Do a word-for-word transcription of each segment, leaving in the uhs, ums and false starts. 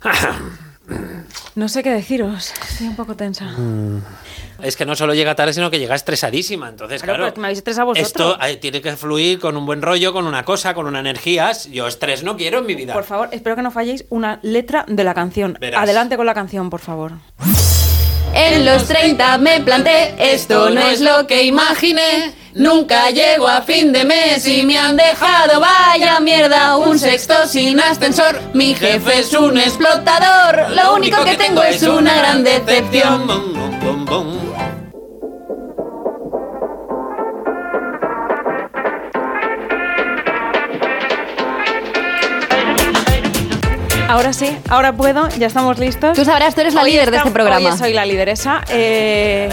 No sé qué deciros, estoy un poco tensa. Mm. Es que no solo llega tarde, sino que llega estresadísima. Entonces, claro, claro, pues me habéis estresado vosotros. Esto eh, tiene que fluir con un buen rollo, con una cosa, con una energía. Yo estrés no quiero en mi vida. Por favor, espero que no falléis una letra de la canción. Verás. Adelante con la canción, por favor. En los treinta me planté, esto no es lo que imaginé. Nunca llego a fin de mes y me han dejado, vaya mierda, un sexto sin ascensor. Mi jefe es un explotador, lo único que tengo es una gran decepción. Bum, bum, bum, bum. Ahora sí, ahora puedo, ya estamos listos. Tú sabrás, tú eres la Hoy líder de está- este programa. Hoy soy la lideresa. Eh,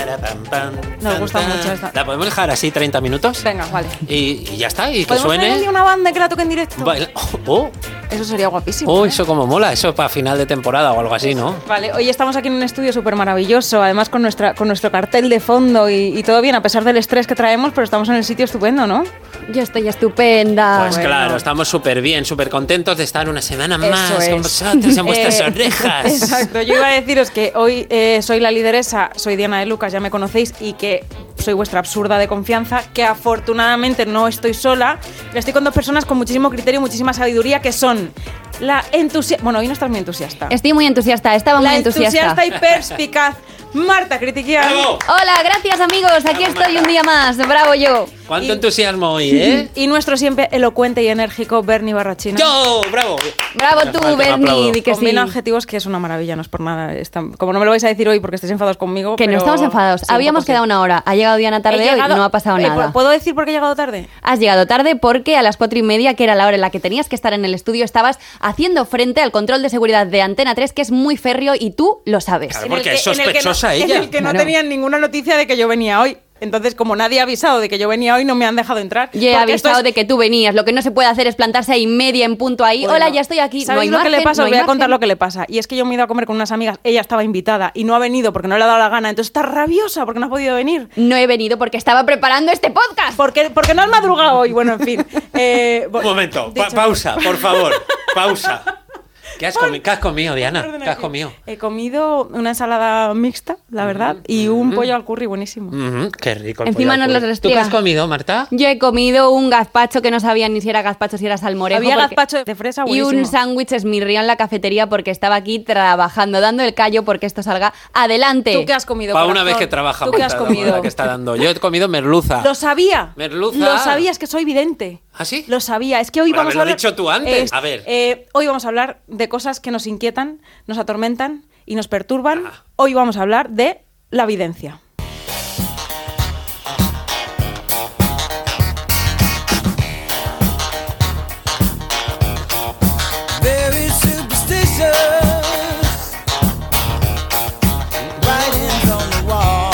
Nos gusta mucho esta. ¿La podemos dejar así treinta minutos? venga, vale. Y, y ya está, y que ¿Podemos suene. tener una banda que la toque en directo? Baila- Oh, Eso sería guapísimo. oh, ¿eh? eso como mola, eso para final de temporada o algo así, ¿no? Vale, hoy estamos aquí en un estudio súper maravilloso, además con, nuestra, con nuestro cartel de fondo y, y todo bien, a pesar del estrés que traemos, pero estamos en el sitio estupendo, ¿no? Yo estoy estupenda. Pues bueno. claro, estamos súper bien, súper contentos de estar una semana Eso más es. con vosotros en vuestras Eh, orejas. Exacto, yo iba a deciros que hoy eh, soy la lideresa, soy Diana de Lucas, ya me conocéis, y que soy vuestra absurda de confianza, que afortunadamente no estoy sola, estoy con dos personas con muchísimo criterio y muchísima sabiduría, que son la entusiasta... Bueno, hoy no estás muy entusiasta. Estoy muy entusiasta, estaba la muy entusiasta. entusiasta y perspicaz Marta Critiquian. ¡Bravo! Hola, gracias amigos, aquí estoy un día más, bravo yo. ¡Cuánto Y- entusiasmo hoy, eh! Y nuestro siempre elocuente y enérgico Bernie Barrachina. ¡Yo! ¡Bravo! Bravo Me tú, falta, me Bernie, aplaudo. di que sí. Combina adjetivos que es una maravilla, no es por nada. Está- como no me lo vais a decir hoy porque estáis enfadados conmigo. Que no pero- estamos enfadados, Sí, un habíamos poco quedado sí. una hora, ha llegado Diana He tarde hoy llegado- y no ha pasado eh, nada. ¿Puedo decir por qué he llegado tarde? Has llegado tarde porque a las cuatro y media, que era la hora en la que tenías que estar en el estudio, estabas haciendo frente al control de seguridad de Antena tres, que es muy férreo y tú lo sabes. Claro. En el porque que- es en el que no- sospechosa ella. En el que no Claro. tenían ninguna noticia de que yo venía hoy. Entonces, como nadie ha avisado de que yo venía hoy, no me han dejado entrar. Yo he Porque esto avisado es- de que tú venías. Lo que no se puede hacer es plantarse ahí media en punto ahí. Bueno, Hola, ya estoy aquí. No ¿Sabéis hay lo que margen, le pasa? no Os hay voy a contar margen. lo que le pasa. Y es que yo me he ido a comer con unas amigas. Ella estaba invitada y no ha venido porque no le ha dado la gana. Entonces está rabiosa porque no ha podido venir. No he venido porque estaba preparando este podcast. Porque, porque no has madrugado hoy. Bueno, en fin. Eh, Un momento, pa- dicho- pausa, por favor, pausa. ¿Qué has, comi- qué has comido, Diana? Perdona, ¿Qué has que comido? He comido una ensalada mixta, la verdad, y un pollo al curry buenísimo. Ujú, qué rico. el Encima pollo al nos los curry. ¿Tú restriega. qué has comido, Marta? Yo he comido un gazpacho que no sabía ni si era gazpacho, si era salmorejo. Había porque- gazpacho de fresa Y buenísimo. un sándwich esmirriado en la cafetería porque estaba aquí trabajando, dando el callo porque esto salga adelante. ¿Tú qué has comido, Para una corazón? vez que trabaja, ¿Tú qué has Marta, comido? la que está dando. Yo he comido merluza. Lo sabía. Merluza. Lo sabía, es que soy vidente. ¿Ah, sí? Lo sabía, es que hoy Por vamos a haberlo hablar... dicho tú antes. A ver. eh, hoy vamos a hablar de cosas que nos inquietan, nos atormentan y nos perturban. Ah. Hoy vamos a hablar de la videncia. Very superstitious. Writings on the wall.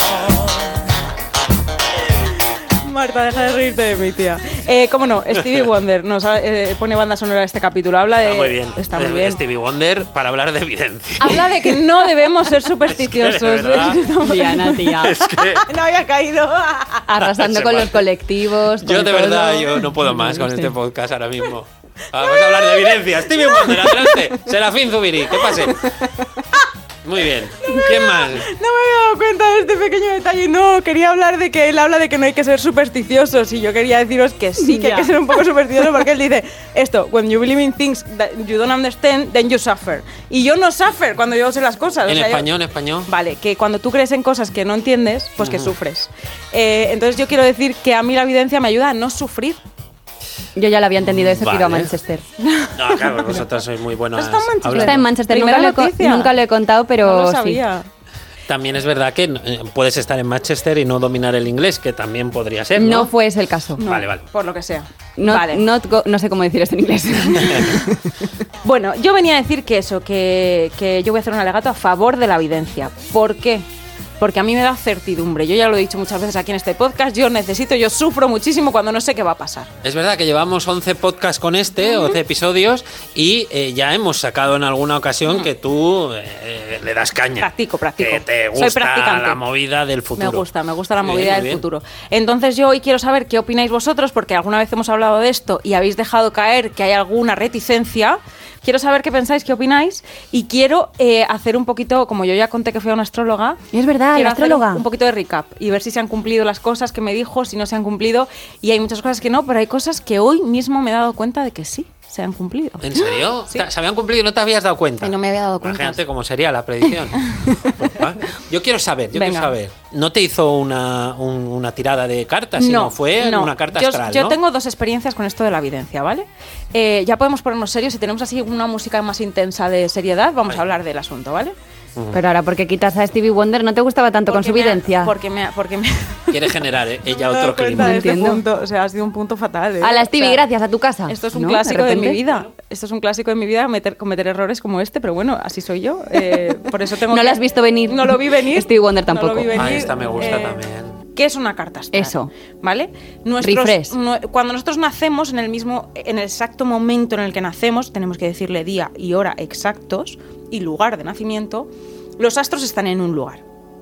Marta, deja de reírte de mi tía. Eh, ¿Cómo no? Stevie Wonder nos eh, pone banda sonora a este capítulo. Habla de... Está muy bien. Está muy Eh, bien. Stevie Wonder para hablar de evidencia. Habla de que no debemos ser supersticiosos. Es que, de verdad. Diana, tía. Es que No había caído. Arrasando Se con mata. los colectivos. yo con de verdad todo. yo no puedo más con Sí. este podcast ahora mismo. Vamos a hablar de evidencia. Stevie Wonder, adelante. Serafín Zubiri, ¿qué pase? Muy bien. ¿Quién más? No me había dado cuenta de este pequeño detalle. No, quería hablar de que él habla de que no hay que ser supersticiosos. Y yo quería deciros que sí que Ya. hay que ser un poco supersticioso porque él dice esto: when you believe in things that you don't understand, then you suffer. Y yo no suffer cuando yo sé las cosas. o En sea, yo- español, en español. Vale, que cuando tú crees en cosas que no entiendes, pues que sufres. Eh, entonces yo quiero decir que a mí la evidencia me ayuda a no sufrir. Yo ya lo había entendido, eso que iba a Vale. Manchester. No, claro, vosotras sois muy buenas. Está en Manchester. hablando. Está en Manchester, nunca Primera lo, he, co- noticia. nunca lo he contado, pero no lo sí. sabía. También es verdad que eh, puedes estar en Manchester y no dominar el inglés, que también podría ser, ¿no? No fue ese el caso. No, Vale, vale. Por lo que sea. No, vale. not go- no sé cómo decir esto en inglés. Bueno, yo venía a decir que eso, que, que yo voy a hacer un alegato a favor de la evidencia. ¿Por qué? Porque a mí me da certidumbre. Yo ya lo he dicho muchas veces aquí en este podcast. Yo necesito, yo sufro muchísimo cuando no sé qué va a pasar. Es verdad que llevamos once podcasts con este, once episodios, y eh, ya hemos sacado en alguna ocasión que tú eh, le das caña. Practico, practico. Que te Soy gusta practicante. la movida del futuro. Me gusta, me gusta la Bien, movida muy del bien. futuro. Entonces yo hoy quiero saber qué opináis vosotros, porque alguna vez hemos hablado de esto y habéis dejado caer que hay alguna reticencia. quiero saber qué pensáis, qué opináis y quiero eh, hacer un poquito, como yo ya conté que fui a una astróloga. Es verdad, quiero la astróloga. hacer un, un poquito de recap y ver si se han cumplido las cosas que me dijo, si no se han cumplido. Y hay muchas cosas que no, pero hay cosas que hoy mismo me he dado cuenta de que sí se han cumplido. ¿En serio? Sí. ¿Se habían cumplido y no te habías dado cuenta? Ay, no me había dado cuenta. Imagínate cómo sería la predicción. Yo quiero saber, yo Venga. quiero saber. ¿No te hizo una, un- una tirada de cartas, sino fue no. una carta yo, astral, yo ¿no? tengo dos experiencias con esto de la evidencia, ¿vale? Eh, ya podemos ponernos serios. Si tenemos así una música más intensa de seriedad, vamos Vale. a hablar del asunto, ¿vale? Pero ahora, ¿por qué quitas a Stevie Wonder? ¿No te gustaba tanto con Porque su me ha- videncia? Porque me, ha- porque me Quiere generar eh, ella me he dado otro cuenta clima. de este Entiendo. punto. O sea, ha sido un punto fatal. ¿eh? A la O Stevie, sea, gracias, a tu casa. Esto es un ¿no? clásico de, mi repente. vida. Esto es un clásico de mi vida, meter, cometer errores como este, pero bueno, así soy yo. eh, por eso tengo No que- lo has visto venir. No lo vi venir. Stevie Wonder No lo tampoco. vi venir. Ah, esta me gusta Eh, también. ¿Qué es una carta astral? Eso. ¿Vale? Nuestros- Refresh. nue- cuando nosotros nacemos, en el mismo, en el exacto momento en el que nacemos, tenemos que decirle día y hora exactos y lugar de nacimiento, los astros están en un lugar.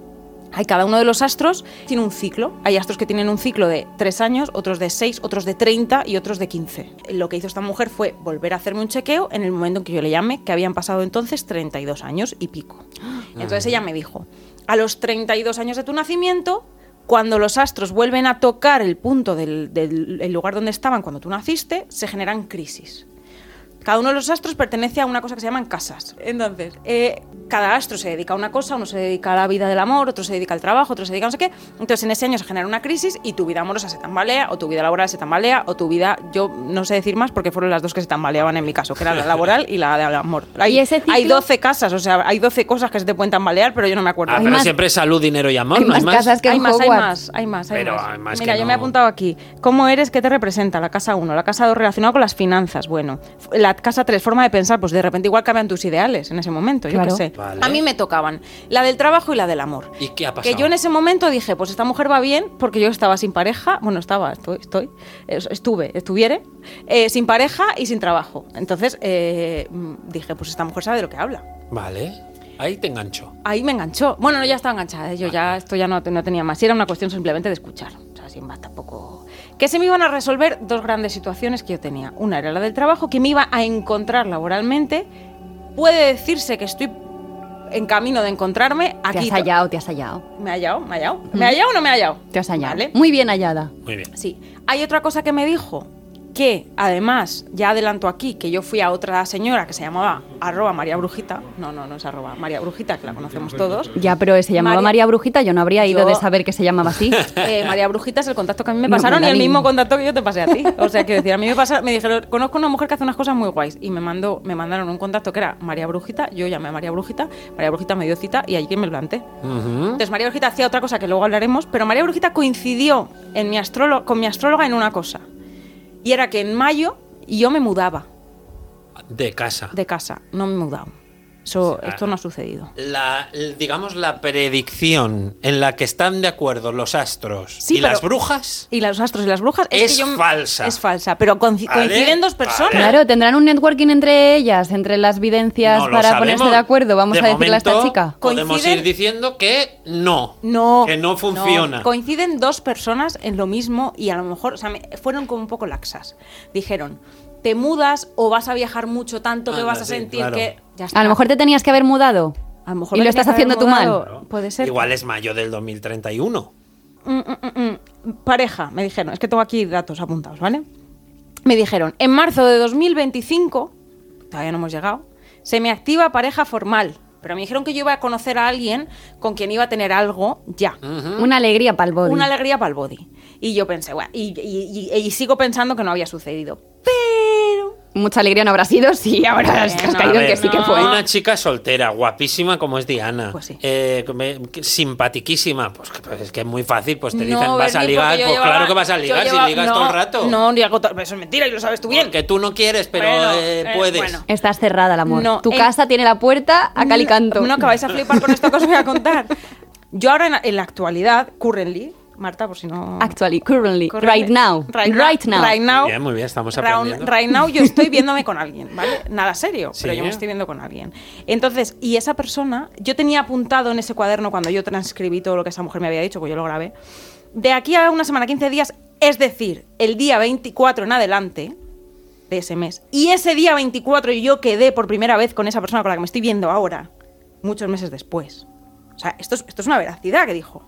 Hay cada uno de los astros tiene un ciclo. Hay astros que tienen un ciclo de tres años, otros de seis, otros de treinta y otros de quince. Lo que hizo esta mujer fue volver a hacerme un chequeo en el momento en que yo le llamé, que habían pasado entonces treinta y dos años y pico. Entonces ella me dijo, a los treinta y dos años de tu nacimiento, cuando los astros vuelven a tocar el punto del, del el lugar donde estaban cuando tú naciste, se generan crisis. Cada uno de los astros pertenece a una cosa que se llaman casas. Entonces, eh, cada astro se dedica a una cosa, uno se dedica a la vida del amor, otro se dedica al trabajo, otro se dedica a no sé qué. Entonces, en ese año se genera una crisis y tu vida amorosa se tambalea, o tu vida laboral se tambalea, o tu vida, yo no sé decir más porque fueron las dos que se tambaleaban en mi caso, que era la laboral y la del amor. Hay, ¿Y ese ciclo? hay doce casas, o sea, hay doce cosas que se te pueden tambalear, pero yo no me acuerdo. Ah, Hay pero más- siempre salud, dinero y amor, hay ¿no más hay más? casas que hay en más, hay Hogwarts. más, hay más, hay Pero más. hay más Mira, que yo no. me he apuntado aquí. ¿Cómo eres? ¿Qué te representa? La casa uno, la casa dos relacionada con las finanzas. Bueno, la casa tres, forma de pensar, pues de repente igual cambian tus ideales en ese momento, yo Claro. qué sé. Vale. A mí me tocaban la del trabajo y la del amor. ¿Y qué ha pasado? Que yo en ese momento dije, pues esta mujer va bien porque yo estaba sin pareja, bueno, estaba, estoy, estoy es- estuve, estuviere, eh, sin pareja y sin trabajo. Entonces eh, mm, dije, pues esta mujer sabe de lo que habla. Vale, ahí te engancho. Ahí me enganchó. Bueno, no, ya estaba enganchada. ¿eh? Yo ya esto ya no, no tenía más. Y era una cuestión simplemente de escuchar. O sea, sin más tampoco. Que se me iban a resolver dos grandes situaciones que yo tenía. Una era la del trabajo, que me iba a encontrar laboralmente. Puede decirse que estoy en camino de encontrarme Te aquí. has hallado, te has hallado. ¿Me ha hallado? ¿Me ha hallado? ¿Me ha hallado o no me ha hallado? Te has hallado. Vale. Muy bien hallada. Muy bien. Sí. Hay otra cosa que me dijo, que además, ya adelanto aquí, que yo fui a otra señora que se llamaba arroba María Brujita. No, no, no es arroba María Brujita, que la conocemos todos. Ya, pero se llamaba María- María Brujita, yo no habría ido Yo- de saber que se llamaba así. Eh, María Brujita es el contacto que a mí me No, pasaron y el Melanie. mismo contacto que yo te pasé a ti. O sea, quiero decir, a mí me, pasa, me dijeron, conozco una mujer que hace unas cosas muy guays y me mandó, me mandaron un contacto que era María Brujita, yo llamé a María Brujita, María Brujita me dio cita y allí me planté. Ujú. Entonces María Brujita hacía otra cosa que luego hablaremos, pero María Brujita coincidió en mi astrólo- con mi astróloga en una cosa. Y era que en mayo yo me mudaba De casa. de casa, no me he mudado. Eso, O sea, esto no ha sucedido. La, digamos, la predicción en la que están de acuerdo los astros Sí, y pero- las brujas Y los astros y las brujas Es que yo- falsa. Es falsa, pero coinci- Vale, coinciden dos personas. vale. Claro, tendrán un networking entre ellas, entre las videncias, no lo para sabemos. ponerse de acuerdo. Vamos De a decirle a esta momento, chica. Podemos Coinciden- ir diciendo que no. No. Que no funciona. no. Coinciden dos personas en lo mismo y a lo mejor, o sea, me- fueron como un poco laxas. Dijeron, te mudas o vas a viajar mucho tanto que Anda, vas a sí, sentir claro. que... Ya está. A lo mejor te tenías que haber mudado. A lo mejor y me lo tenía estás que haber haciendo tú mal. mudado. Puede ser. Igual es mayo del dos mil treinta y uno. Mm, mm, mm, mm. Pareja, me dijeron, es que tengo aquí datos apuntados, ¿vale? Me dijeron, en marzo de dos mil veinticinco, todavía no hemos llegado, se me activa pareja formal. Pero me dijeron que yo iba a conocer a alguien con quien iba a tener algo ya. Una alegría para el body. Una alegría para el body. Y yo pensé, bueno, y, y- y- y sigo pensando que no había sucedido. Pero... Mucha alegría no habrá sido si ahora has Bueno, caído a en que ver, sí que no. fue. Una chica soltera, guapísima como es Diana. Pues sí. Eh, que me- que simpatiquísima. Pues, que- pues es que es muy fácil. Pues te No, dicen, vas a Berni, ligar. porque Pues yo claro llevaba- que vas a yo ligar llevaba- si ligas no, todo el rato. No, ni hago to- eso es mentira y lo sabes tú bien. Porque tú no quieres, pero Bueno, eh, eh, puedes. bueno. Estás cerrada, el amor. No, tu en- casa tiene la puerta a cal y canto. No, no, que vais a flipar con esto que os voy a contar. Yo ahora en la, en la actualidad, currently, Marta, por si no... Actually, currently, Currently, right now, right right, now, now. right now. Muy bien, muy bien, estamos Round- aprendiendo. Right now yo estoy viéndome con alguien, ¿vale? Nada serio, Sí. pero yo me estoy viendo con alguien. Entonces, y esa persona, yo tenía apuntado en ese cuaderno cuando yo transcribí todo lo que esa mujer me había dicho, pues yo lo grabé, de aquí a una semana, quince días, es decir, el día veinticuatro en adelante, de ese mes. Y ese día veinticuatro yo quedé por primera vez con esa persona con la que me estoy viendo ahora, muchos meses después. O sea, esto es, esto es una veracidad que dijo.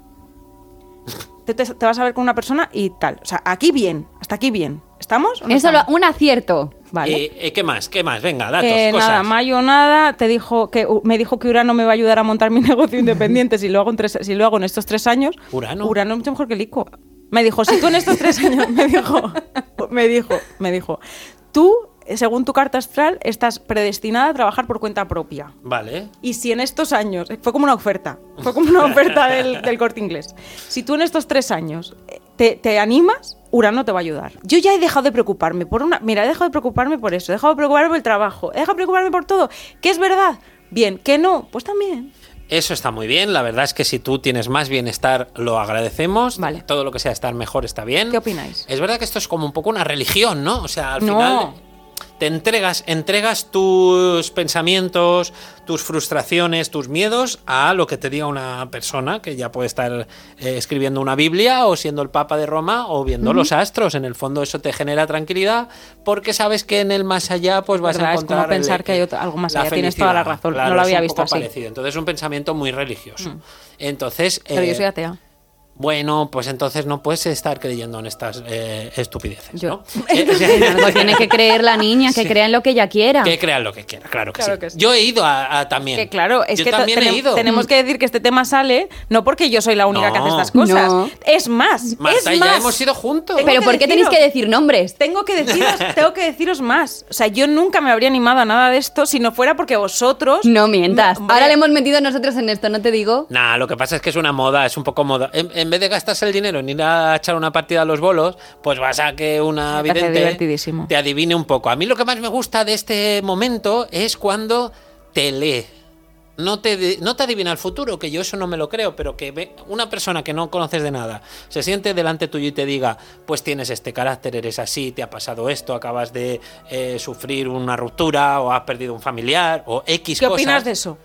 Te, te, te vas a ver con una persona y tal. O sea, aquí bien, hasta aquí bien. ¿Estamos? ¿O no Eso estamos? lo, un acierto. Vale. Eh, eh, ¿Qué más? ¿Qué más? Venga, datos, Eh, cosas. nada, Mayo nada, te dijo que uh, me dijo que Urano me va a ayudar a montar mi negocio independiente si lo hago en tres, si lo hago en estos tres años. ¿Urano? Urano es mucho mejor que el ICO. Me dijo, si tú en estos tres años, me dijo, me dijo, me dijo, tú, según tu carta astral, estás predestinada a trabajar por cuenta propia. Vale. Y si en estos años, fue como una oferta, fue como una oferta del, del Corte Inglés. Si tú en estos tres años te, te animas, Urano te va a ayudar. Yo ya he dejado de preocuparme por una... Mira, he dejado de preocuparme por eso, he dejado de preocuparme por el trabajo, he dejado de preocuparme por todo. ¿Qué es verdad? Bien, ¿qué no? Pues también. Eso está muy bien. La verdad es que si tú tienes más bienestar, lo agradecemos. Vale. Todo lo que sea estar mejor está bien. ¿Qué opináis? Es verdad que esto es como un poco una religión, ¿no? O sea, al No. final te entregas, entregas tus pensamientos, tus frustraciones, tus miedos a lo que te diga una persona que ya puede estar eh, escribiendo una Biblia o siendo el Papa de Roma o viendo Ujú. los astros. En el fondo eso te genera tranquilidad porque sabes que en el más allá pues vas Verdad, a es como encontrar el- pensar que hay otro- algo más la allá. Tienes felicidad. toda la razón, Claro, no lo es había un visto poco así. parecido. Entonces es un pensamiento muy religioso. Mm. Entonces, Pero eh, yo soy atea. bueno, pues entonces no puedes estar creyendo en estas eh, estupideces, Yo. ¿no? Eh, o sea, En algo tiene que creer la niña, que Sí. crea en lo que ella quiera. que crean lo que quieran, claro que, Claro sí. que sí. Yo he ido a, a también. Que claro, es Yo que to- también he tenem- ido. tenemos que decir que este tema sale no porque yo soy la única No. que hace estas cosas. No. Es más, Marta es y ya más. hemos ido juntos. Tengo Pero que ¿por qué tenéis deciros- que decir nombres? Tengo que deciros, tengo que deciros más. O sea, yo nunca me habría animado a nada de esto si no fuera porque vosotros... No mientas. Hombre, Ahora le hemos metido nosotros en esto, no te digo. Nah, lo que pasa es que es una moda, es un poco moda. En, en vez de gastarse el dinero en ir a echar una partida a los bolos, pues vas a que una Me parece vidente divertidísimo. te adivine un poco. A mí lo que más me gusta de este momento es cuando te lee. No te, de- no te adivina el futuro, que yo eso no me lo creo, pero que ve una persona que no conoces de nada se siente delante tuyo y te diga, pues tienes este carácter, eres así, te ha pasado esto, acabas de eh, sufrir una ruptura o has perdido un familiar o X ¿Qué cosas. opinas de eso?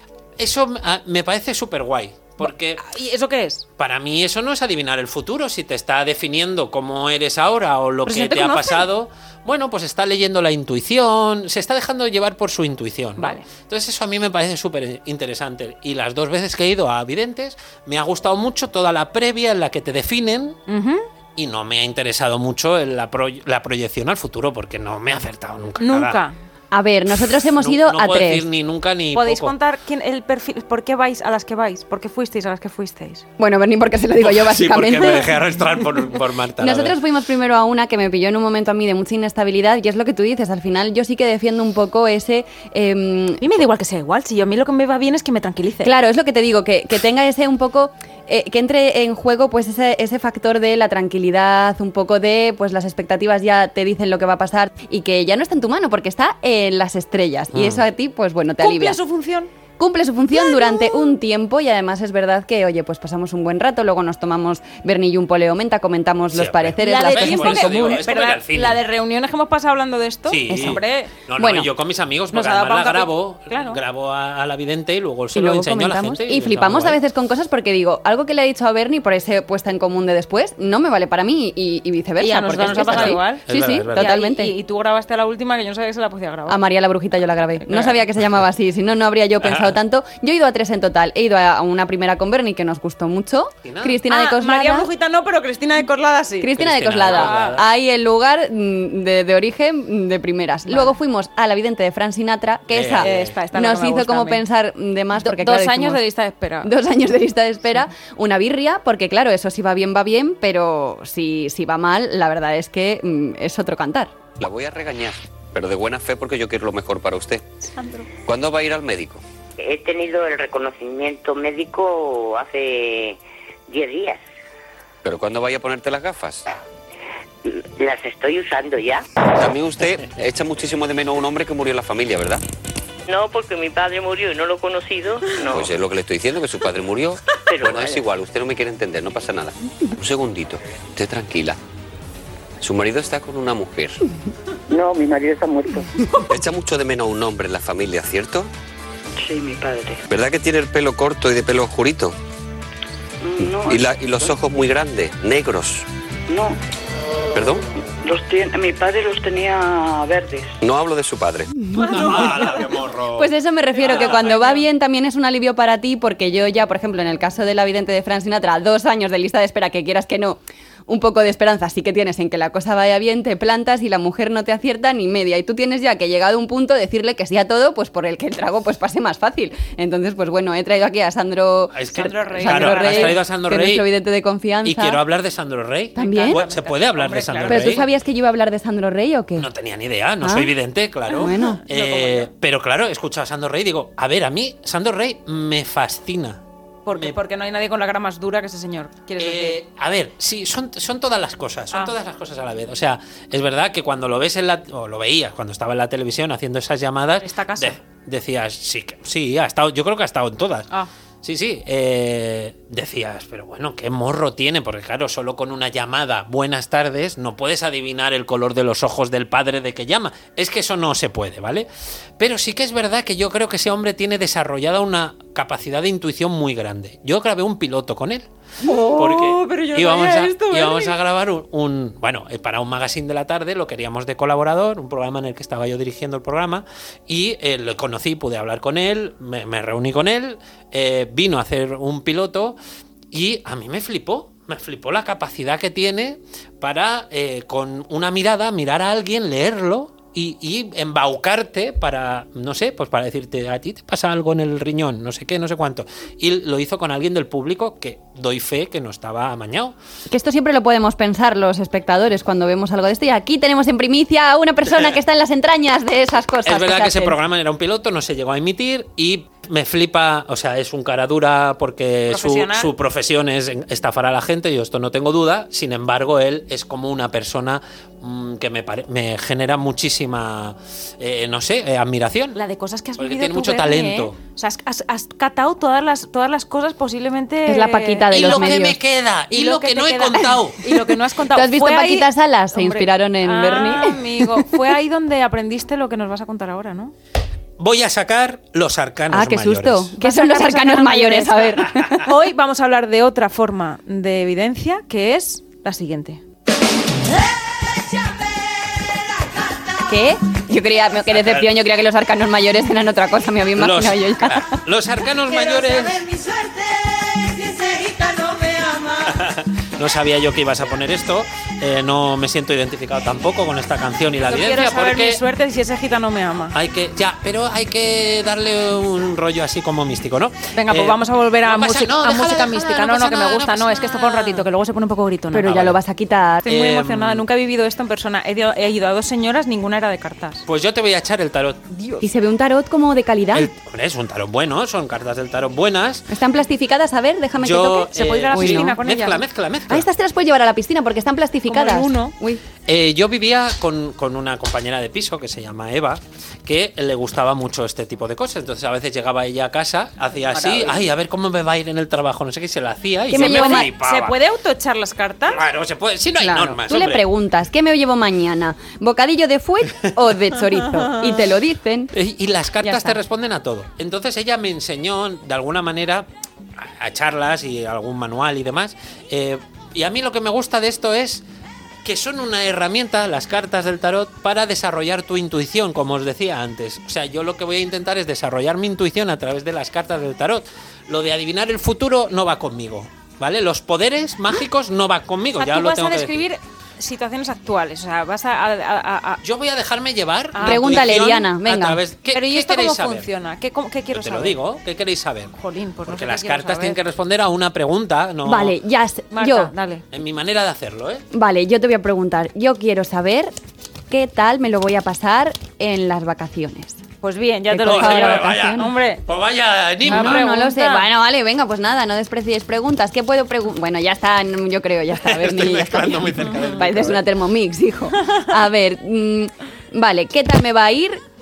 Eso ah, me parece súper guay, porque ¿Y eso qué es? para mí eso no es adivinar el futuro, si te está definiendo cómo eres ahora o lo Pero si que no te te ha conoce. pasado, bueno, pues está leyendo la intuición, se está dejando llevar por su intuición, ¿no? Vale. Entonces eso a mí me parece súper interesante y las dos veces que he ido a videntes me ha gustado mucho toda la previa en la que te definen Ujú. y no me ha interesado mucho en la, pro- la proyección al futuro porque no me ha acertado nunca. nada. Nunca. A ver, nosotros hemos No- ido no a puedo tres. decir ni nunca ni ¿Podéis poco. contar quién, el perfil, por qué vais a las que vais? ¿Por qué fuisteis a las que fuisteis? Bueno, Berni, porque se lo digo yo Sí, básicamente. porque me dejé arrastrar por, por Marta. la Nosotros verdad. fuimos primero a una que me pilló en un momento a mí de mucha inestabilidad y es lo que tú dices, al final yo sí que defiendo un poco ese... em, A mí me da igual que sea igual, si yo a mí lo que me va bien es que me tranquilice. Claro, es lo que te digo, que, que tenga ese un poco, eh, que entre en juego pues ese, ese factor de la tranquilidad, un poco de pues las expectativas ya te dicen lo que va a pasar y que ya no está en tu mano porque está en las estrellas y Mm. eso a ti pues bueno, te ¿Cumple alivia. su función? Cumple su función durante un tiempo y además es verdad que, oye, pues pasamos un buen rato, luego nos tomamos Berni y un poleo menta, comentamos Sí, los hombre. pareceres, La las de, cosas por en eso digo, común. es pero como ir la, al cine. la de reuniones que hemos pasado hablando de esto, Sí, es, hombre, no, no, Bueno, yo con mis amigos, nos porque ha dado además la pa' un capi- grabo, claro. grabo a, a la vidente y luego se Y lo luego enseño a la comentamos gente. y está flipamos muy a guay. veces con cosas porque digo, algo que le he dicho a Bernie por ese puesta en común de después no me vale para mí y, y viceversa. Y a porque nosotros es nos que ha es pasado así. igual. Es Sí, verdad, sí, es verdad. totalmente. Y, y tú grabaste a la última que yo no sabía que se la podía grabar. A María la Brujita yo la grabé. No sabía que se llamaba así, si no, no habría yo pensado tanto. Yo he ido a tres en total. He ido a una primera con Bernie que nos gustó mucho. ¿Cristina? Cristina de Ah, Coslada. María Brujita no, pero Cristina de Coslada sí. Cristina de Cristina de Coslada. Coslada. Ahí el lugar mm, de, de origen mm, de primeras. Luego fuimos a la vidente de Fran Sinatra, que Eh, esa eh, esta- esta es la nos que me hizo gusta como a mí. pensar de más. Porque, Dos claro, años dijimos, de lista de espera. Dos años de lista de espera, una birria, porque claro, eso si va bien, va bien, pero si, si va mal, la verdad es que mm, es otro cantar. La voy a regañar, pero de buena fe porque yo quiero lo mejor para usted. ¿Cuándo va a ir al médico? He tenido el reconocimiento médico hace diez días. ¿Pero cuándo vaya a ponerte las gafas? Las estoy usando ya. También usted echa muchísimo de menos a un hombre que murió en la familia, ¿verdad? No, porque mi padre murió y no lo he conocido. No. Pues es lo que le estoy diciendo, que su padre murió. Pero bueno, es vale. igual, usted no me quiere entender, no pasa nada. Un segundito, esté tranquila. Su marido está con una mujer. No, mi marido está muerto. Echa mucho de menos a un hombre en la familia, ¿cierto? Sí, mi padre. ¿Verdad que tiene el pelo corto y de pelo oscurito? No, Y, la- y los ojos muy grandes, negros. no, ¿Perdón? Los tiene, mi padre los tenía verdes. No hablo de su padre. ¡Hala, qué morro! Pues eso me refiero, que cuando va bien también es un alivio para ti, porque yo ya, por ejemplo, en el caso de la vidente de Frank Sinatra, dos años de lista de espera, que quieras que no, un poco de esperanza sí que tienes en que la cosa vaya bien, te plantas y la mujer no te acierta ni media. Y tú tienes ya que llegado a un punto decirle que sí a todo, pues por el que el trago pues pase más fácil. Entonces, pues bueno, he traído aquí a Sandro, Es que, Sandro Rey. Claro, Sandro has traído a Sandro que es Rey. nuestro vidente de confianza. Y quiero hablar de Sandro Rey. ¿También? Bueno, ¿se puede hablar Hombre, de Sandro claro. ¿Pero Rey? tú sabías que yo iba a hablar de Sandro Rey o qué? No tenía ni idea, no Ah. soy vidente, claro. Ah, bueno. Eh, pero claro, he escuchado a Sandro Rey y digo, a ver, a mí Sandro Rey me fascina. ¿Por qué? Me- Porque no hay nadie con la cara más dura que ese señor. ¿Quieres decir? Eh, a ver, sí, son, son todas las cosas, son Ah. todas las cosas a la vez. O sea, es verdad que cuando lo ves en la, o lo veías cuando estaba en la televisión haciendo esas llamadas, ¿Esta casa? de- decías, sí, que- sí, ha estado, yo creo que ha estado en todas. Ah. Sí, sí, eh, decías, pero bueno, qué morro tiene, porque claro, solo con una llamada, buenas tardes, no puedes adivinar el color de los ojos del padre de que llama. Es que eso no se puede, ¿vale? Pero sí que es verdad que yo creo que ese hombre tiene desarrollada una capacidad de intuición muy grande. Yo grabé un piloto con él. Porque pero yo no íbamos, sabía a, esto, íbamos Bernie. a grabar un, un- bueno, eh, para un magazine de la tarde, lo queríamos de colaborador, un programa en el que estaba yo dirigiendo el programa, y eh, lo conocí, pude hablar con él, me, me reuní con él, eh, vino a hacer un piloto y a mí me flipó, me flipó la capacidad que tiene para, eh, con una mirada, mirar a alguien, leerlo y, y embaucarte para, no sé, pues para decirte, a ti te pasa algo en el riñón, no sé qué, no sé cuánto. Y lo hizo con alguien del público que doy fe que no estaba amañado. Que esto siempre lo podemos pensar los espectadores cuando vemos algo de esto. Y aquí tenemos en primicia a una persona que está en las entrañas de esas cosas. Es verdad se que ese hacen. programa era un piloto, no se llegó a emitir y me flipa, o sea, es un cara dura porque su, Profesional. su profesión es estafar a la gente, yo esto no tengo duda, sin embargo, él es como una persona mm, que me, pare- me genera muchísima, eh, no sé, eh, admiración. La de cosas que has Porque vivido tiene tú, mucho Bernie, talento. ¿eh? O sea, has, has- has catado todas las, todas las cosas posiblemente... Es la Paquita de Y los lo que medios. me queda, y, lo que, te no he queda- contado. Y lo que no has contado. ¿Tú has visto Fue ahí- Paquita Salas? Se Hombre, inspiraron en ah, Bernie. amigo, fue ahí donde aprendiste lo que nos vas a contar ahora, ¿no? Voy a sacar los arcanos Ah, qué mayores. susto. ¿Qué Vas a son los sacar arcanos mayores? A ver. Hoy vamos a hablar de otra forma de evidencia, que es la siguiente. ¿Qué? Yo creía, qué decepción, yo creía que los arcanos mayores eran otra cosa, me había Los, imaginado yo ya. los arcanos mayores. No sabía yo que ibas a poner esto. eh, no me siento identificado tampoco con esta canción y la Yo quiero evidencia saber mi porque suerte si ese gitano me ama. hay que ya, pero hay que darle un rollo así como místico, ¿no? Venga, pues Eh, vamos a volver a, no pasa- música, no, a déjala, música déjala, mística. no No, no, pasa que me nada, gusta. no No, pasa es que esto fue un nada. ratito, que luego se pone un poco gritona. Pero Ah, ya vale. lo vas a quitar. Estoy muy Eh, emocionada, nunca he vivido esto en persona. He ido, he ido a dos señoras, ninguna era de cartas. Pues yo te voy a echar el tarot. Y se ve un tarot como de calidad. El- hombre, es un tarot bueno, son cartas del tarot buenas. ¿Están plastificadas? A ver, déjame que Yo, toque. ¿Se puede ir a la Uy, piscina no. con mezcla, ella? mezcla, mezcla. Ah, estas te las puedes llevar a la piscina porque están plastificadas. Como el uno. Uy. Eh, yo vivía con, con una compañera de piso que se llama Eva, que le gustaba mucho este tipo de cosas. Entonces a veces llegaba ella a casa, hacía así, ay, a ver cómo me va a ir en el trabajo, no sé qué, y se lo hacía y ¿Qué se me me llevo ma- flipaba. ¿Se puede autoechar las cartas? Claro, se puede. Si no hay Claro. normas, Tú le hombre. preguntas, ¿qué me llevo mañana? ¿Bocadillo de fuet o de chorizo? Y te lo dicen. Eh, Y las Ya cartas está. te responden a todo. Entonces ella me enseñó, de alguna manera, a, a charlas y algún manual y demás. eh, y a mí lo que me gusta de esto es que son una herramienta, las cartas del tarot, para desarrollar tu intuición, como os decía antes. O sea, yo lo que voy a intentar es desarrollar mi intuición a través de las cartas del tarot. Lo de adivinar el futuro no va conmigo, ¿vale? Los poderes mágicos no va conmigo, O sea, ya tú lo vas tengo a que decir. describir situaciones actuales. O sea, vas a... a- a- a- Yo voy a dejarme llevar. Ah. mi Pregúntale, intuición Diana, a venga. través- ¿Qué, Pero ¿y qué esto queréis cómo saber? funciona? ¿Qué, cómo- qué quiero Yo te saber? lo digo, ¿qué queréis saber? Jolín, pues no Porque sé qué las quiero cartas saber. tienen que responder a una pregunta, no Vale, ya. sé. Marta, yo. dale. en mi manera de hacerlo, ¿eh? Vale, yo te voy a preguntar. Yo quiero saber qué tal me lo voy a pasar en las vacaciones. Pues bien, ya ¿Qué te lo cosa digo. de Joder, la vaya, vacación? Hombre. Pues vaya, ni Una No, no lo pregunta. sé. Bueno, vale, venga, pues nada, no desprecies preguntas. ¿Qué puedo preguntar? Bueno, ya está, mm, yo creo, ya está. Bernie, Estoy ya está mezclando bien. muy cerca del Pareces micro, una ¿eh? Thermomix, hijo. A ver, mm, vale, ¿qué tal me va a ir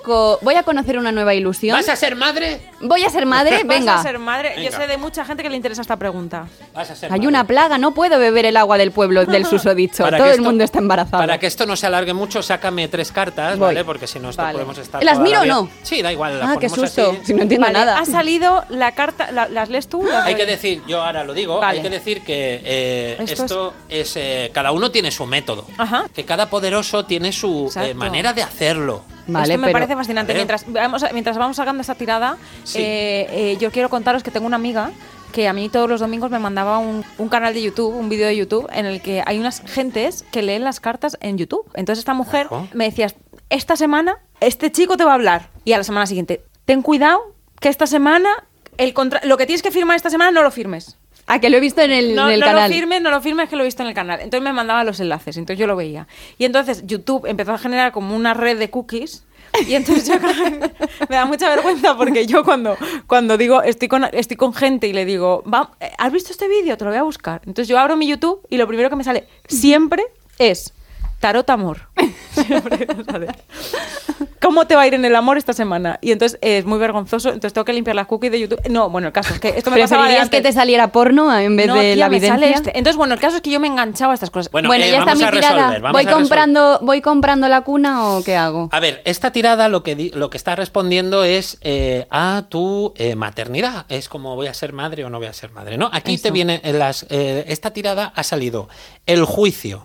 co- voy a conocer una nueva ilusión. ¿Vas a ser madre? Voy a ser madre, venga. Vas a ser madre. Yo Venga. sé de mucha gente que le interesa esta pregunta. Vas a ser Hay madre. una plaga, no puedo beber el agua del pueblo del susodicho. Para Todo que el esto- mundo está embarazado. Para que esto no se alargue mucho, sácame tres cartas, Voy. ¿vale? Porque si no, esto Vale. podemos estar. ¿Las toda miro la o vida- no? Sí, da igual. las Ah, qué ponemos susto. así. Si no entiendo Vale, nada. ha salido la carta. la- ¿Las lees tú? Las Hay doy que yo. decir, yo ahora lo digo, Vale. hay que decir que eh, Esto esto, es, eh, cada uno tiene su método. Ajá. Que cada poderoso tiene su eh, Exacto. manera de hacerlo. Vale, Esto me pero- parece fascinante. Vale. Mientras vamos, mientras vamos sacando esta tirada, Sí. eh, eh, yo quiero contaros que tengo una amiga que a mí todos los domingos me mandaba un, un canal de YouTube, un vídeo de YouTube, en el que hay unas gentes que leen las cartas en YouTube. Entonces esta mujer Claro. me decía, esta semana este chico te va a hablar. Y a la semana siguiente, ten cuidado que esta semana, el contra- lo que tienes que firmar esta semana no lo firmes. Ah, que lo he visto en el, No, en el no canal. lo firmes, no lo firmes, que lo he visto en el canal. Entonces me mandaba los enlaces, entonces yo lo veía. Y entonces YouTube empezó a generar como una red de cookies. Y entonces yo me da mucha vergüenza porque yo cuando, cuando digo, estoy con, estoy con gente y le digo, "Va, ¿has visto este vídeo? Te lo voy a buscar. Entonces yo abro mi YouTube y lo primero que me sale siempre es Tarot Amor. Siempre me sale. ¿Cómo te va a ir en el amor esta semana? Y entonces eh, es muy vergonzoso, entonces tengo que limpiar las cookies de YouTube. No, bueno, el caso es que esto me pasaba de ¿Preferirías antes. que te saliera porno en vez No, de tía, la me sale evidencia? este. Entonces, bueno, el caso es que yo me enganchaba a estas cosas. Bueno, Bueno, eh, ya está vamos mi a tirada. resolver, vamos ¿Voy a resolver. comprando, ¿Voy comprando la cuna o qué hago? A ver, esta tirada lo que, di- lo que está respondiendo es eh, a tu eh, maternidad. Es como voy a ser madre o no voy a ser madre, ¿no? Aquí Eso. te viene en las, eh, esta tirada ha salido el juicio,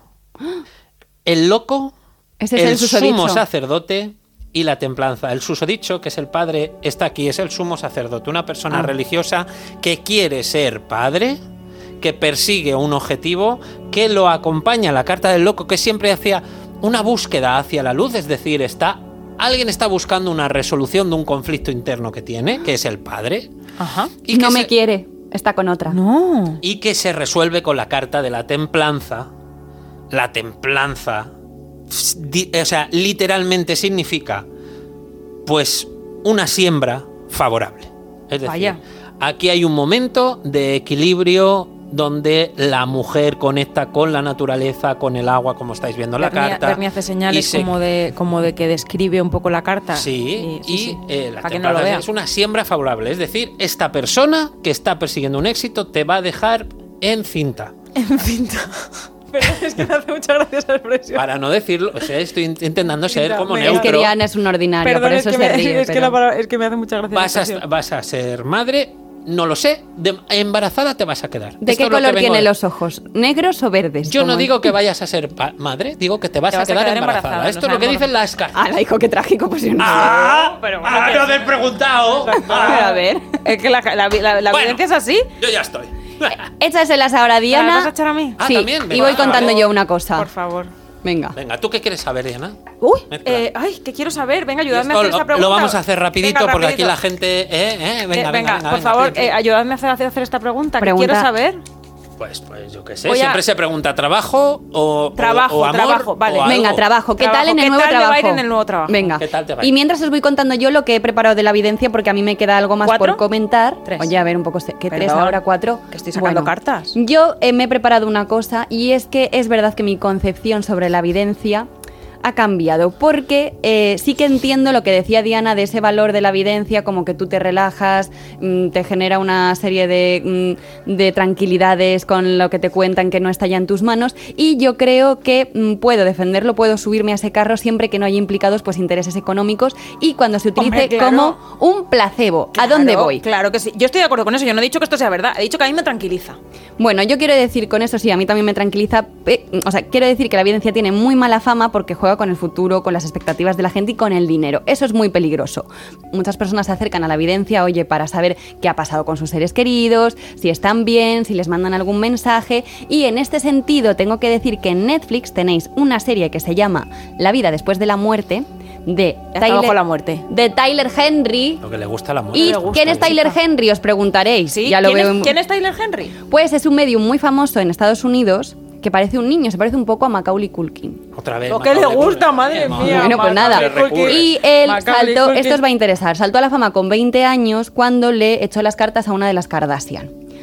el loco, Ese es el susodicho. sumo sacerdote y la templanza. El susodicho, que es el padre, está aquí, es el sumo sacerdote, una persona Ah. religiosa que quiere ser padre, que persigue un objetivo, que lo acompaña la carta del loco, que siempre hacía una búsqueda hacia la luz, es decir, está alguien está buscando una resolución de un conflicto interno que tiene, que es el padre, Ajá. y no que me se- quiere, está con otra. No. y que se resuelve con la carta de la templanza. La templanza, di- o sea, literalmente significa, pues, una siembra favorable. Es decir, Vaya. aquí hay un momento de equilibrio donde la mujer conecta con la naturaleza, con el agua, como estáis viendo en la Bernie, carta. Bernie hace y señales se- como de, como de que describe un poco la carta. Sí, y, sí. eh, la Para que no lo templanza vea. es una siembra favorable. Es decir, esta persona que está persiguiendo un éxito te va a dejar encinta. En cinta. Pero es que me hace mucha gracia esa expresión. Para no decirlo, o sea, estoy int- intentando ser Cinta, como me- Es neutro. que Diana es un ordinario, Perdón, por eso es que, se me, ríe. es, que pero- la palabra- es que me hace mucha gracia. Vas esa a, expresión. vas a ser madre, no lo sé, de- embarazada te vas a quedar. ¿De Esto qué es lo que color vengo tiene a- los ojos? ¿Negros o verdes? Yo no Como- digo que vayas a ser pa- madre, digo que te vas, Te vas a, a quedar quedar embarazada. embarazada, Esto no es lo que sabemos. dicen las cartas. Ah, la hijo, qué trágico, pues yo no sé. ¡Ah! pero bueno, ¡Ah, que- no haber preguntado! Pero a ver. Es que la, la, la, la Bueno. evidencia es así. Yo ya estoy. Échaselas ahora, ¿Me las Diana. vas a echar a mí? Ah, Sí, también, y venga, voy contando vale. yo una cosa. Por favor. Venga. Venga, ¿tú qué quieres saber, Diana? Uy, Mezcla. eh, ay, que quiero saber. Venga, Y ayudadme a esto hacer lo, esa pregunta. lo vamos a hacer rapidito Venga, porque aquí rapidito. la gente... Eh, eh, Eh, venga, venga, venga, por venga, favor, pim, eh, pim. ayudadme a hacer, a hacer esta pregunta. Que Pregunta. quiero saber. Pues, pues yo qué sé, Voy a- siempre se pregunta trabajo o, Trabajo, o, o amor trabajo, vale. o algo. Venga, trabajo. ¿Qué Trabajo. tal en el ¿Qué nuevo tal le va a trabajo? ir en el nuevo trabajo? Venga. ¿Qué tal te va a ir? Y mientras os voy contando yo lo que he preparado de la evidencia, porque a mí me queda algo más ¿Cuatro? por comentar. Tres. Oye, a ver un poco. se- ¿Qué tres Perdón, ahora? ¿Cuatro? que estoy sacando cartas. Yo eh, me he preparado una cosa y es que es verdad que mi concepción sobre la evidencia ha cambiado, porque eh, sí que entiendo lo que decía Diana de ese valor de la evidencia, como que tú te relajas, mm, te genera una serie de, mm, de tranquilidades con lo que te cuentan que no está ya en tus manos, y yo creo que mm, puedo defenderlo, puedo subirme a ese carro siempre que no haya implicados pues intereses económicos y cuando se utilice Hombre, claro. como un placebo. ¿A dónde Claro, voy? Claro que sí. Yo estoy de acuerdo con eso. Yo no he dicho que esto sea verdad. He dicho que a mí me tranquiliza. Bueno, yo quiero decir con eso, sí, a mí también me tranquiliza, pe- o sea, quiero decir que la evidencia tiene muy mala fama porque juega con el futuro, con las expectativas de la gente y con el dinero. Eso es muy peligroso. Muchas personas se acercan a la evidencia, oye, para saber qué ha pasado con sus seres queridos, si están bien, si les mandan algún mensaje, y en este sentido tengo que decir que en Netflix tenéis una serie que se llama La vida después de la muerte, de Hasta abajo la muerte. de Tyler Henry. Lo que le gusta a la mujer. ¿Y le gusta, quién es le Tyler gusta. Henry? Os preguntaréis. ¿Sí? Ya lo ¿Quién, veo es, en- ¿Quién es Tyler Henry? Pues es un medium muy famoso en Estados Unidos que parece un niño, se parece un poco a Macaulay Culkin. Otra vez. Lo que le Macaulay gusta, Culkin. madre Eh, mía. Bueno, pues nada. Macaulay Culkin. Y él Macaulay saltó, Culkin. esto os va a interesar, saltó a la fama con veinte años cuando le echó las cartas a una de las Kardashian.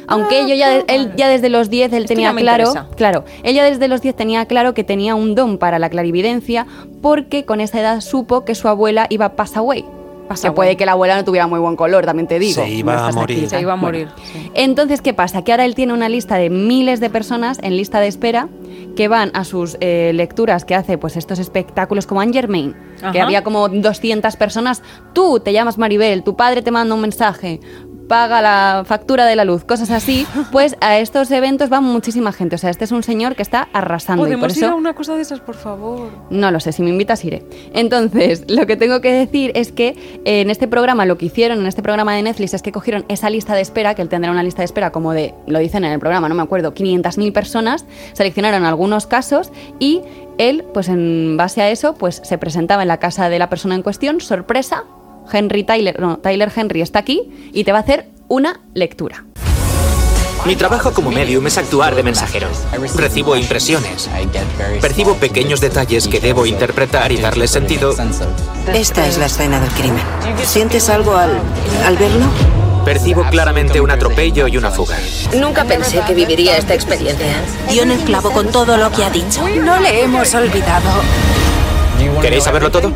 Aunque Ah, yo ya, vale. él ya desde los diez, él Esto tenía ya me claro, interesa. claro, él ya desde los diez tenía claro que tenía un don para la clarividencia porque con esa edad supo que su abuela iba a pass away. Pass que away. puede que la abuela no tuviera muy buen color, también te digo. Se iba No a estás morir. aquí, Se iba a Bueno. morir. sí. Entonces, ¿qué pasa? Que ahora él tiene una lista de miles de personas en lista de espera que van a sus eh, lecturas que hace pues estos espectáculos como Anne Germain, que Ajá. había como doscientas personas. Tú te llamas Maribel, tu padre te manda un mensaje, paga la factura de la luz, cosas así. Pues a estos eventos va muchísima gente. O sea, este es un señor que está arrasando. Y por ¿Podemos ir eso... a una cosa de esas, por favor? No lo sé, si me invitas iré. Entonces, lo que tengo que decir es que eh, en este programa, lo que hicieron en este programa de Netflix es que cogieron esa lista de espera, que él tendrá una lista de espera como de, lo dicen en el programa, no me acuerdo, quinientas mil personas, seleccionaron algunos casos y él, pues en base a eso, pues se presentaba en la casa de la persona en cuestión, sorpresa, Henry Tyler, no, Tyler Henry está aquí y te va a hacer una lectura. Mi trabajo como medium es actuar de mensajero. Recibo impresiones. Percibo pequeños detalles que debo interpretar y darles sentido. Esta es la escena del crimen. ¿Sientes algo al, al verlo? Percibo claramente un atropello y una fuga. Nunca pensé que viviría esta experiencia. Dio en el clavo con todo lo que ha dicho. No le hemos olvidado. ¿Queréis saberlo todo?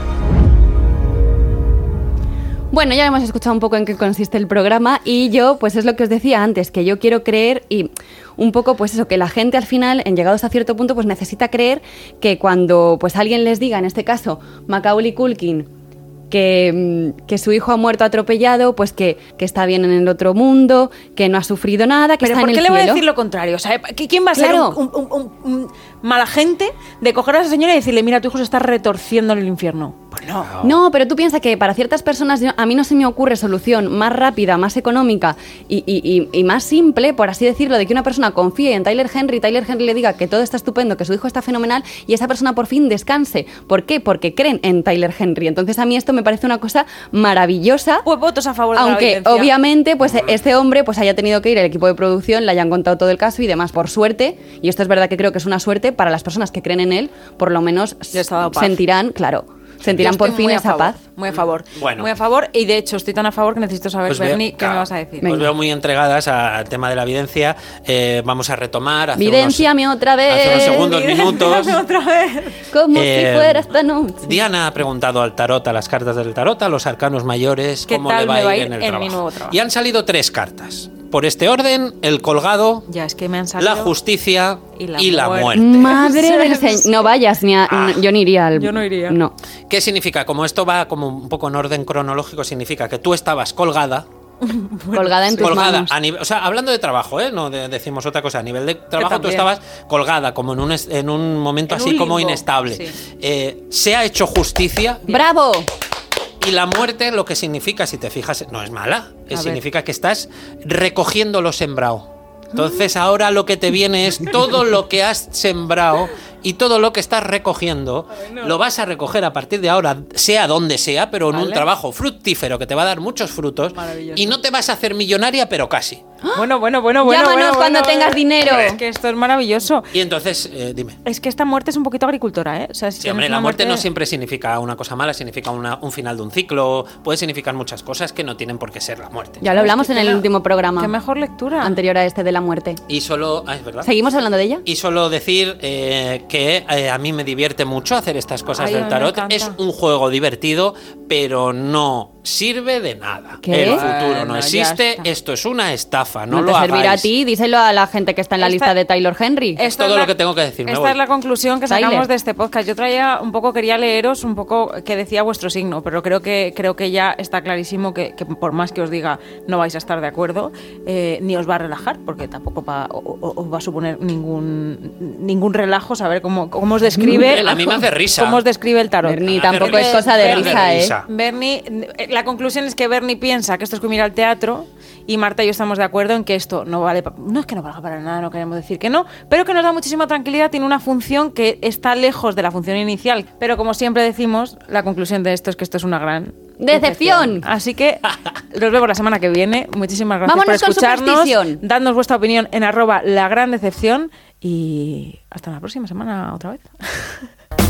Bueno, ya hemos escuchado un poco en qué consiste el programa y yo, pues es lo que os decía antes, que yo quiero creer y un poco pues eso, que la gente al final, en llegados a cierto punto, pues necesita creer que cuando pues alguien les diga, en este caso, Macaulay Culkin, que, que su hijo ha muerto atropellado, pues que, que está bien en el otro mundo, que no ha sufrido nada, que ¿Pero está por en qué el le va a cielo. decir lo contrario? O sea, ¿qui- ¿quién va a Claro. ser un, un- un- un mala gente de coger a esa señora y decirle, mira, tu hijo se está retorciendo en el infierno? Pues no. No, pero tú piensas que para ciertas personas yo- a mí no se me ocurre solución más rápida, más económica y, y- y- y más simple, por así decirlo, de que una persona confíe en Tyler Henry, Tyler Henry le diga que todo está estupendo, que su hijo está fenomenal y esa persona por fin descanse. ¿Por qué? Porque creen en Tyler Henry. Entonces a mí esto me parece una cosa maravillosa. Pues votos a favor de la Aunque evidencia. obviamente pues este hombre pues haya tenido que ir el equipo de producción, le hayan contado todo el caso y demás. Por suerte, y esto es verdad que creo que es una suerte para las personas que creen en él, por lo menos Les ha dado paz. sentirán, claro, sentirán Yo por estoy fin muy a esa favor, paz. Muy a favor. Bueno. Muy a favor y de hecho estoy tan a favor que necesito saber, Os veo- Bernie, qué me claro, vas a decir. Os Venga. veo muy entregadas al tema de la evidencia. Eh, vamos a retomar. hace Videnciame unos- otra vez. Hace unos segundos, minutos. Otra vez. Como Eh, si fuera esta noche. Diana ha preguntado al tarot, a las cartas del tarot, a los arcanos mayores, ¿Qué cómo tal le va me va a ir en el en mi trabajo. nuevo trabajo? Y han salido tres cartas. Por este orden, el colgado, Ya, es que me han salido... la justicia y y la la, muerte. muerte. Madre del señor. No vayas ni a. Ah. Yo no iría al. Yo no iría. No. ¿Qué significa? Como esto va como un poco en orden cronológico, significa que tú estabas colgada. Colgada en tus colgada manos. a nivel, o sea, hablando de trabajo, ¿eh? No de- decimos otra cosa. A nivel de trabajo, tú también. estabas colgada, como en un, es- en un momento En así un como limbo, inestable. sí. Eh, se ha hecho justicia. ¡Bravo! Y la muerte, lo que significa, si te fijas, no es mala. eh, A significa que estás recogiendo lo sembrado. Entonces ahora lo que te viene es todo lo que has sembrado y todo lo que estás recogiendo, lo vas a recoger a partir de ahora, sea donde sea, pero en un Vale. trabajo fructífero que te va a dar muchos frutos. Maravilloso. Y no te vas a hacer millonaria, pero casi. Bueno, bueno, bueno, bueno. Llámanos bueno, cuando bueno, tengas bueno. dinero. Es que esto es maravilloso. Y entonces, eh, dime. Es que esta muerte es un poquito agricultora, ¿eh? O sea, si Sí, tienes hombre, una la muerte no siempre significa una cosa mala, significa una- un final de un ciclo, puede significar muchas cosas que no tienen por qué ser la muerte. Ya lo hablamos en el pena. último programa. Qué mejor lectura. Anterior a este de la muerte. Y solo... Ah, es verdad. ¿Seguimos hablando de ella? Y solo decir eh, que eh, a mí me divierte mucho hacer estas cosas Ay, a del mí me tarot. encanta. Es un juego divertido, pero no sirve de nada. ¿Qué? El futuro Bueno, no ya existe. está. Esto es una estafa. No, No, lo te servirá hagáis. a ti, díselo a la gente que está en la Esta- lista de Tyler Henry. Es todo lo que tengo que decir, me Esta voy. es la conclusión que Tyler. sacamos de este podcast. Yo traía un poco, quería leeros un poco que decía vuestro signo, pero creo que creo que ya está clarísimo que, que por más que os diga no vais a estar de acuerdo, eh, ni os va a relajar, porque tampoco va, o- o- os va a suponer ningún ningún relajo saber cómo, cómo os describe. A mí me hace risa. Cómo os describe el tarot. Bernie, Me tampoco hace es cosa de me hace risa, ¿eh? risa. Bernie, eh, la conclusión es que Bernie piensa que esto es como ir al teatro y Marta y yo estamos de acuerdo en que esto no vale, pa- no es que no valga para nada, no queremos decir que no, pero que nos da muchísima tranquilidad, tiene una función que está lejos de la función inicial, pero como siempre decimos, la conclusión de esto es que esto es una gran ¡Decepción! Así que nos vemos la semana que viene. Muchísimas gracias Vámonos por con escucharnos. superstición. Dadnos vuestra opinión en arroba la gran decepción y hasta la próxima semana otra vez.